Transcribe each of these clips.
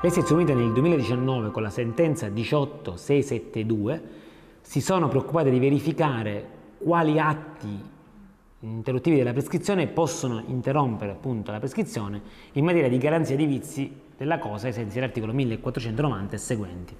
Le sezioni unite nel 2019 con la sentenza 18672 si sono preoccupate di verificare quali atti interruttivi della prescrizione possono interrompere appunto la prescrizione in materia di garanzia di vizi della cosa ai sensi dell'articolo 1490 e seguenti.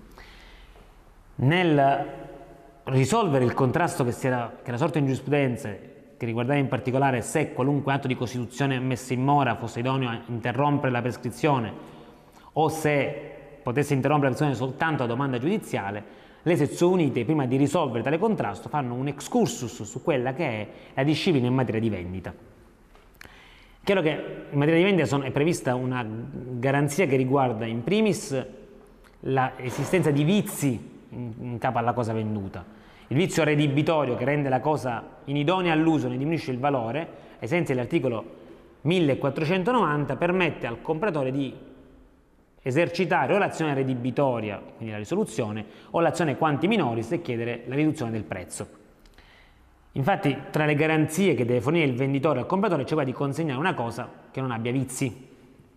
Nel risolvere il contrasto che era sorto in giurisprudenza, che riguardava in particolare se qualunque atto di costituzione messo in mora fosse idoneo a interrompere la prescrizione o se potesse interrompere la prescrizione soltanto a domanda giudiziale, le sezioni unite, prima di risolvere tale contrasto, fanno un excursus su quella che è la disciplina in materia di vendita. Chiaro che in materia di vendita è prevista una garanzia che riguarda in primis l'esistenza di vizi in capo alla cosa venduta. Il vizio redibitorio che rende la cosa inidonea all'uso, ne diminuisce il valore, ai sensi dell'articolo 1490 permette al compratore di esercitare o l'azione redibitoria, quindi la risoluzione, o l'azione quanti minoris e chiedere la riduzione del prezzo. Infatti, tra le garanzie che deve fornire il venditore al compratore c'è quella di consegnare una cosa che non abbia vizi.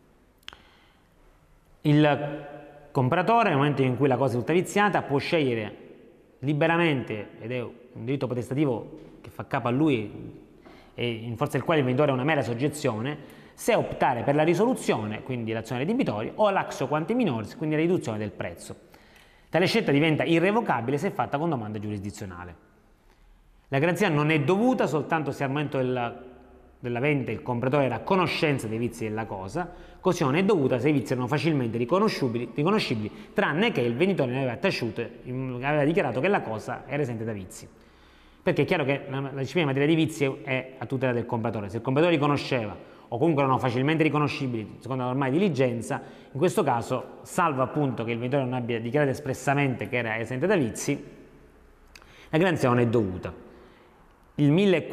Il compratore, nel momento in cui la cosa è tutta viziata, può scegliere liberamente, ed è un diritto potestativo che fa capo a lui e in forza del quale il venditore ha una mera soggezione, se optare per la risoluzione, quindi l'azione redibitoria, o l'axio quanti minoris, quindi la riduzione del prezzo. Tale scelta diventa irrevocabile se fatta con domanda giurisdizionale. La garanzia non è dovuta soltanto se al momento della vendita il compratore era a conoscenza dei vizi della cosa, così non è dovuta se i vizi erano facilmente riconoscibili, tranne che il venditore ne aveva dichiarato che la cosa era esente da vizi. Perché è chiaro che la disciplina in materia di vizi è a tutela del compratore. Se il compratore li conosceva o comunque erano facilmente riconoscibili secondo la normale diligenza, in questo caso, salvo appunto che il venditore non abbia dichiarato espressamente che era esente da vizi, la garanzia non è dovuta. Il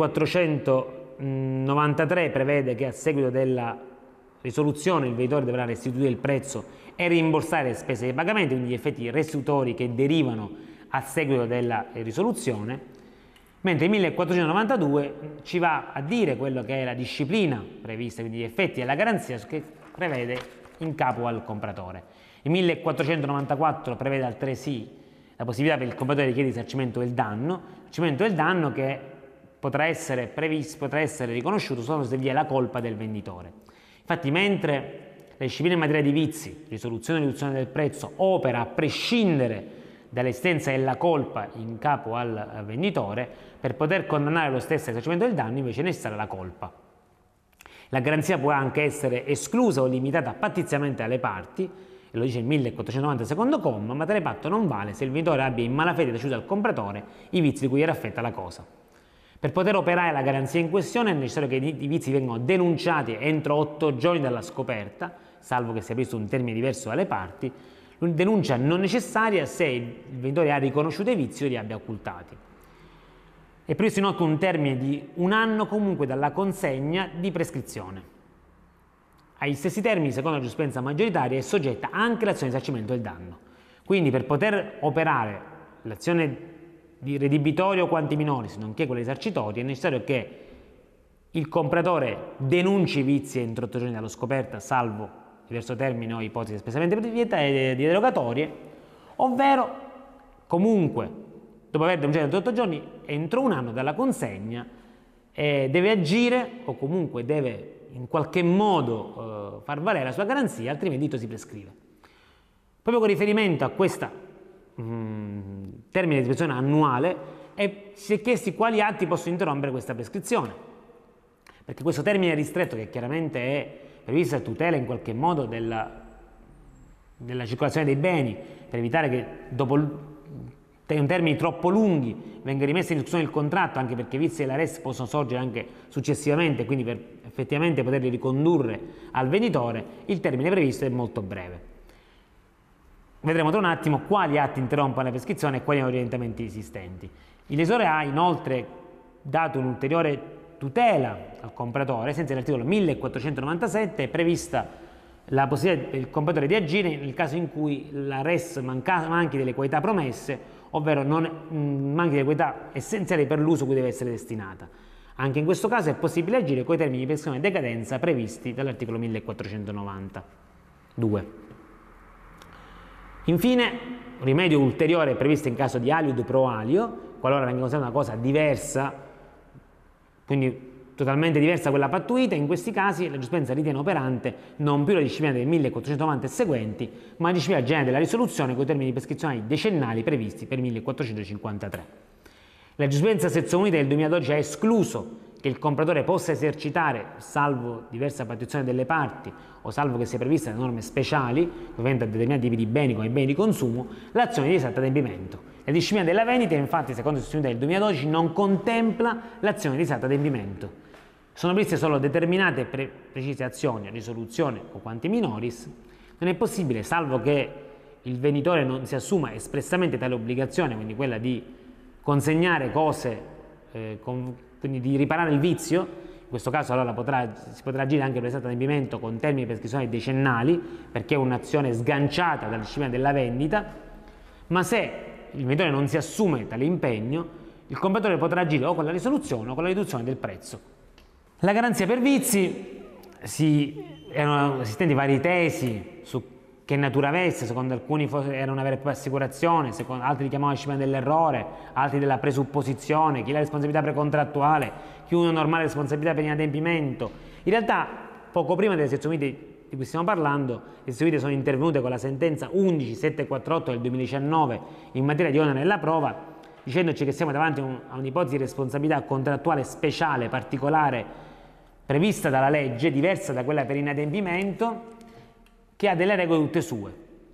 1493 prevede che a seguito della risoluzione il venditore dovrà restituire il prezzo e rimborsare le spese di pagamento, quindi gli effetti restitutori che derivano a seguito della risoluzione, mentre il 1492 ci va a dire quello che è la disciplina prevista, quindi gli effetti della garanzia che prevede in capo al compratore. Il 1494 prevede altresì la possibilità per il compratore di chiedere risarcimento del danno che potrà essere riconosciuto solo se vi è la colpa del venditore. Infatti, mentre la disciplina in materia di vizi, risoluzione e riduzione del prezzo, opera a prescindere dall'esistenza della colpa in capo al venditore, per poter condannare lo stesso al risarcimento del danno invece è necessaria la colpa. La garanzia può anche essere esclusa o limitata pattiziamente alle parti, e lo dice il 1490 secondo comma, ma tale patto non vale se il venditore abbia in malafede taciuto al compratore i vizi di cui era affetta la cosa. Per poter operare la garanzia in questione è necessario che i vizi vengano denunciati entro 8 giorni dalla scoperta, salvo che sia previsto un termine diverso dalle parti, denuncia non necessaria se il venditore ha riconosciuto i vizi o li abbia occultati. È previsto inoltre un termine di 1 anno comunque dalla consegna di prescrizione. Ai stessi termini, secondo la giurisprudenza maggioritaria, è soggetta anche l'azione di risarcimento del danno. Quindi per poter operare l'azione di redibitorio quanti minoris, nonché quella risarcitoria, è necessario che il compratore denunci i vizi entro 8 giorni dallo scoperta, salvo diverso termine o ipotesi espressamente di derogatorie, ovvero comunque dopo aver denunciato entro 8 giorni, entro 1 anno dalla consegna, deve agire o comunque deve in qualche modo far valere la sua garanzia, altrimenti il dito si prescrive. Proprio con riferimento a questo termine di prescrizione annuale si è chiesti quali atti possono interrompere questa prescrizione, perché questo termine ristretto, che chiaramente è previsto a tutela in qualche modo della circolazione dei beni, per evitare che dopo termini troppo lunghi venga rimesso in discussione il contratto, anche perché i vizi della res possono sorgere anche successivamente, quindi per effettivamente poterli ricondurre al venditore, il termine previsto è molto breve. Vedremo tra un attimo quali atti interrompono la prescrizione e quali orientamenti esistenti. Il lesore ha inoltre dato un'ulteriore tutela al compratore, senza l'articolo 1497 è prevista la possibilità per il compratore di agire nel caso in cui la res manchi delle qualità promesse, ovvero manchi delle qualità essenziali per l'uso cui deve essere destinata. Anche in questo caso è possibile agire con i termini di prescrizione e decadenza previsti dall'articolo 1492. Infine, un rimedio ulteriore è previsto in caso di aliud pro alio, qualora venga considerata una cosa diversa, quindi totalmente diversa da quella pattuita. In questi casi la giurisprudenza ritiene operante non più la disciplina del 1490 e seguenti, ma la disciplina generale della risoluzione con i termini prescrizionali decennali previsti per 1453. La giurisprudenza sezione unita del 2012 ha escluso che il compratore possa esercitare, salvo diversa partizione delle parti o salvo che sia prevista da norme speciali, ovviamente a determinati tipi di beni come beni di consumo, l'azione di esatto adempimento. La disciplina della vendita, infatti, secondo la sezione unità del 2012, non contempla l'azione di esatto adempimento. Sono previste solo determinate precise azioni, risoluzione o quanti minoris. Non è possibile, salvo che il venditore non si assuma espressamente tale obbligazione, quindi quella di consegnare cose, quindi di riparare il vizio. In questo caso allora si potrà agire anche per esatto adempimento con termini prescrizionali decennali, perché è un'azione sganciata dalla disciplina della vendita, ma se il venditore non si assume tale impegno, il compratore potrà agire o con la risoluzione o con la riduzione del prezzo. La garanzia per vizi, erano esistenti varie tesi su che natura avesse. Secondo alcuni era una vera e propria assicurazione, secondo altri li chiamavano disciplina dell'errore, altri della presupposizione, chi la responsabilità precontrattuale, chi una normale responsabilità per inadempimento. In realtà, poco prima delle sezioni unite di cui stiamo parlando, le sezioni unite sono intervenute con la sentenza 11748 del 2019 in materia di onere della prova, dicendoci che siamo davanti a un'ipotesi di responsabilità contrattuale speciale, particolare, prevista dalla legge, diversa da quella per inadempimento, che ha delle regole tutte sue.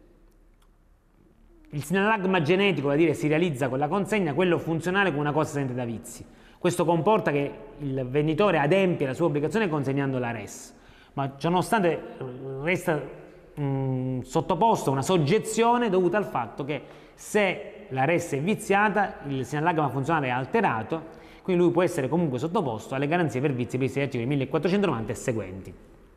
Il sinallagma genetico, da dire, si realizza con la consegna, quello funzionale con una cosa esente da vizi. Questo comporta che il venditore adempie la sua obbligazione consegnando la res, ma ciononostante resta sottoposto a una soggezione dovuta al fatto che se la res è viziata, il sinallagma funzionale è alterato, quindi lui può essere comunque sottoposto alle garanzie per vizi previste dagli articoli 1490 e seguenti.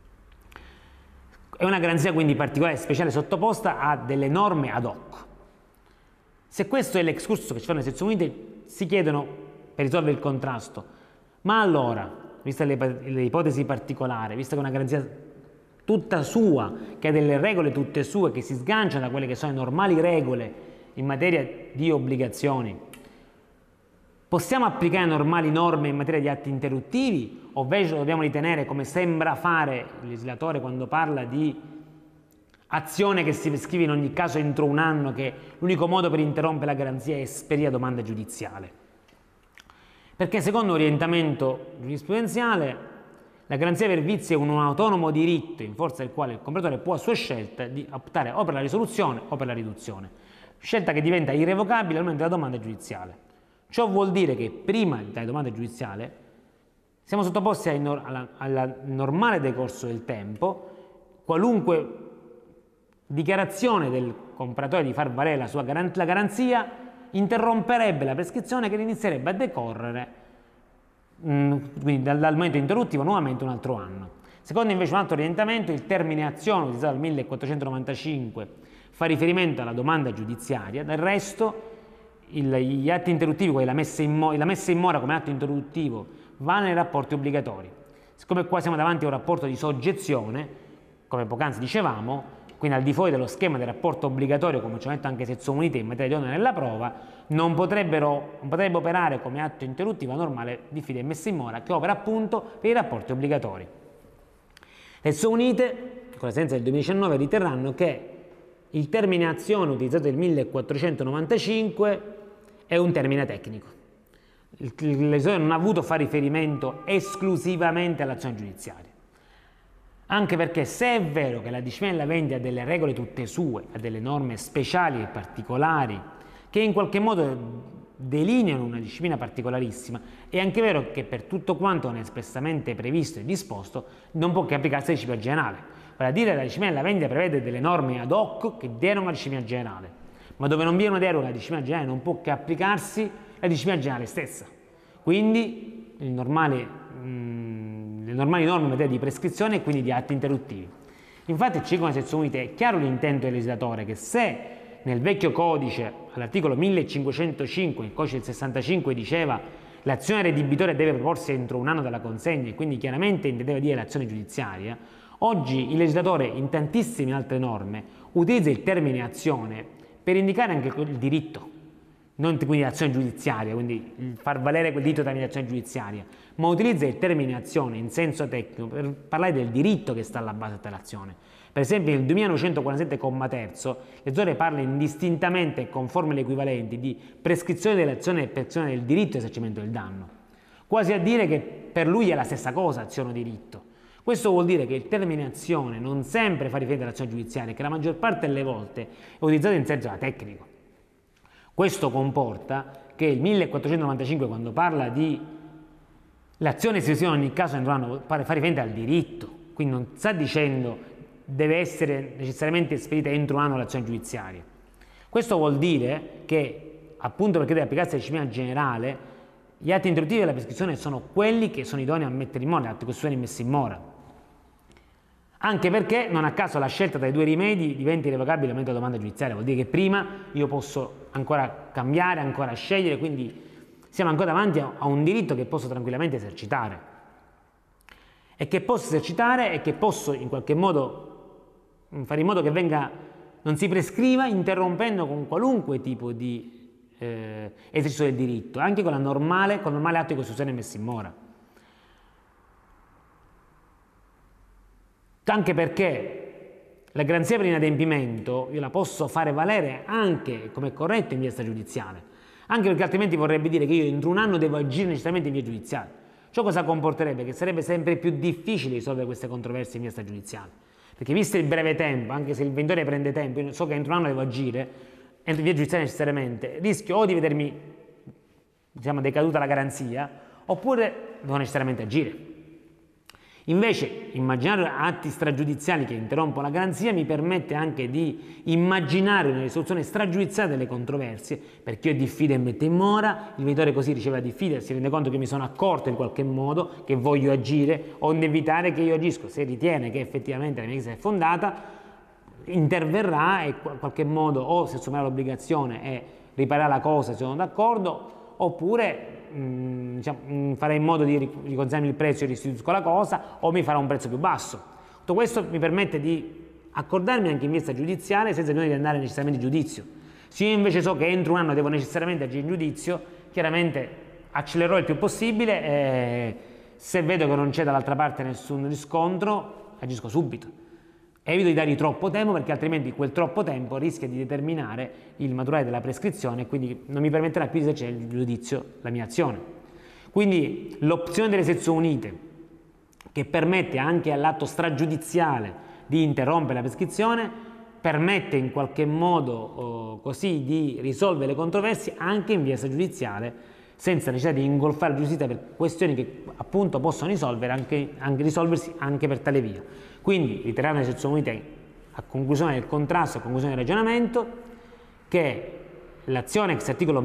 È una garanzia quindi particolare e speciale sottoposta a delle norme ad hoc. Se questo è l'excursus che ci fanno le sezioni unite, si chiedono per risolvere il contrasto, ma allora, vista le ipotesi particolari, vista che è una garanzia tutta sua, che ha delle regole tutte sue, che si sganciano da quelle che sono le normali regole in materia di obbligazioni, possiamo applicare normali norme in materia di atti interruttivi o invece dobbiamo ritenere, come sembra fare il legislatore quando parla di azione che si prescrive in ogni caso entro un anno, che l'unico modo per interrompere la garanzia è esperire domanda giudiziale? Perché secondo orientamento giurisprudenziale la garanzia per vizi è un autonomo diritto in forza del quale il compratore può a sua scelta di optare o per la risoluzione o per la riduzione, scelta che diventa irrevocabile al momento della domanda giudiziale. Ciò vuol dire che prima della domanda giudiziale siamo sottoposti al normale decorso del tempo. Qualunque dichiarazione del compratore di far valere la sua garanzia interromperebbe la prescrizione, che inizierebbe a decorrere quindi dal momento interruttivo nuovamente un altro anno. Secondo invece un altro orientamento, il termine azione utilizzato dal 1495 fa riferimento alla domanda giudiziaria, del resto gli atti interruttivi, la messa in mora come atto interruttivo, va nei rapporti obbligatori. Siccome qua siamo davanti a un rapporto di soggezione, come poc'anzi dicevamo, quindi al di fuori dello schema del rapporto obbligatorio, come ci ha detto anche sezioni unite in materia di onere della prova, non potrebbe operare come atto interruttivo normale di fide e messa in mora, che opera appunto per i rapporti obbligatori. Le sezioni unite, con la sentenza del 2019, riterranno che il termine azione utilizzato nel 1495 è un termine tecnico. Il legislatore non ha voluto fare riferimento esclusivamente all'azione giudiziaria. Anche perché se è vero che la disciplina della vendita ha delle regole tutte sue, ha delle norme speciali e particolari che in qualche modo delineano una disciplina particolarissima, è anche vero che per tutto quanto non è espressamente previsto e disposto non può che applicarsi la disciplina generale. Vale a dire, la disciplina della vendita prevede delle norme ad hoc che derogano alla disciplina generale, ma dove non viene una deroga alla disciplina generale non può che applicarsi la disciplina generale stessa. Quindi le normali norme in materia di prescrizione e quindi di atti interruttivi. Infatti, ci dicono le sezioni unite, è chiaro l'intento del legislatore che se nel vecchio codice, all'articolo 1505, il codice del 65 diceva l'azione redibitoria deve proporsi entro un anno dalla consegna e quindi chiaramente intendeva dire l'azione giudiziaria, oggi il legislatore in tantissime altre norme utilizza il termine azione per indicare anche il diritto, non quindi l'azione giudiziaria, quindi far valere quel diritto tramite azione giudiziaria, ma utilizza il termine azione in senso tecnico per parlare del diritto che sta alla base dell'azione. Per esempio nel 2947, comma terzo, legislatore parla indistintamente e conforme alle equivalenti di prescrizione dell'azione e persone del diritto e esercimento del danno, quasi a dire che per lui è la stessa cosa azione o diritto. Questo vuol dire che il termine azione non sempre fa riferimento all'azione giudiziaria, che la maggior parte delle volte è utilizzato in senso tecnico. Questo comporta che il 1495, quando parla di l'azione esecutiva in ogni caso fa riferimento al diritto, quindi non sta dicendo deve essere necessariamente spedita entro un anno l'azione giudiziaria. Questo vuol dire che, appunto perché deve applicarsi alla disciplina generale, gli atti introduttivi della prescrizione sono quelli che sono idonei a mettere in mora, l'atto costituzionale messo in mora. Anche perché non a caso la scelta tra i due rimedi diventa irrevocabile al momento della domanda giudiziaria, vuol dire che prima io posso ancora cambiare, ancora scegliere, quindi siamo ancora davanti a un diritto che posso tranquillamente esercitare e che posso in qualche modo fare in modo che non si prescriva interrompendo con qualunque tipo di esercizio del diritto, anche con il normale atto di costituzione messo in mora. Anche perché la garanzia per l'inadempimento io la posso fare valere anche come corretto in via stragiudiziale, anche perché altrimenti vorrebbe dire che io entro un anno devo agire necessariamente in via giudiziale. Ciò cosa comporterebbe? Che sarebbe sempre più difficile risolvere queste controversie in via stragiudiziale, perché visto il breve tempo, anche se il venditore prende tempo, io so che entro un anno devo agire, entro in via giudiziale necessariamente, rischio o di vedermi, diciamo, decaduta la garanzia, oppure devo necessariamente agire. Invece, immaginare atti stragiudiziali che interrompono la garanzia mi permette anche di immaginare una risoluzione stragiudiziale delle controversie, perché io diffido e metto in mora, il venditore così riceve la diffida, si rende conto che mi sono accorto in qualche modo che voglio agire, onde evitare che io agisco. Se ritiene che effettivamente la mia richiesta è fondata, interverrà e in qualche modo o si assumerà l'obbligazione e riparerà la cosa se sono d'accordo, oppure farà in modo di riconsegnarmi il prezzo e restituisco la cosa, o mi farà un prezzo più basso. Tutto questo mi permette di accordarmi anche in via giudiziale senza bisogno di andare necessariamente in giudizio. Se io invece so che entro un anno devo necessariamente agire in giudizio, chiaramente accelererò il più possibile e se vedo che non c'è dall'altra parte nessun riscontro, agisco subito. Evito di dargli troppo tempo, perché altrimenti quel troppo tempo rischia di determinare il maturare della prescrizione e quindi non mi permetterà più di esercitare il giudizio la mia azione. Quindi l'opzione delle sezioni unite, che permette anche all'atto stragiudiziale di interrompere la prescrizione, permette in qualche modo così di risolvere le controversie anche in via stragiudiziale, senza necessità di ingolfare la giustizia per questioni che appunto possono risolversi anche per tale via. Quindi riterranno le sezioni unite a conclusione del contrasto, a conclusione del ragionamento, che l'azione ex articolo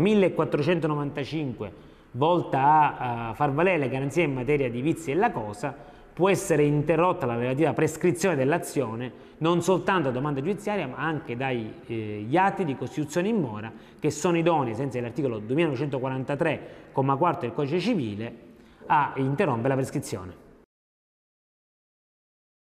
1495 volta a far valere le garanzie in materia di vizi della cosa può essere interrotta la relativa prescrizione dell'azione non soltanto da domanda giudiziaria ma anche dagli atti di costituzione in mora che sono idonei, senza l'articolo 2943, comma 4 del Codice Civile, a interrompere la prescrizione.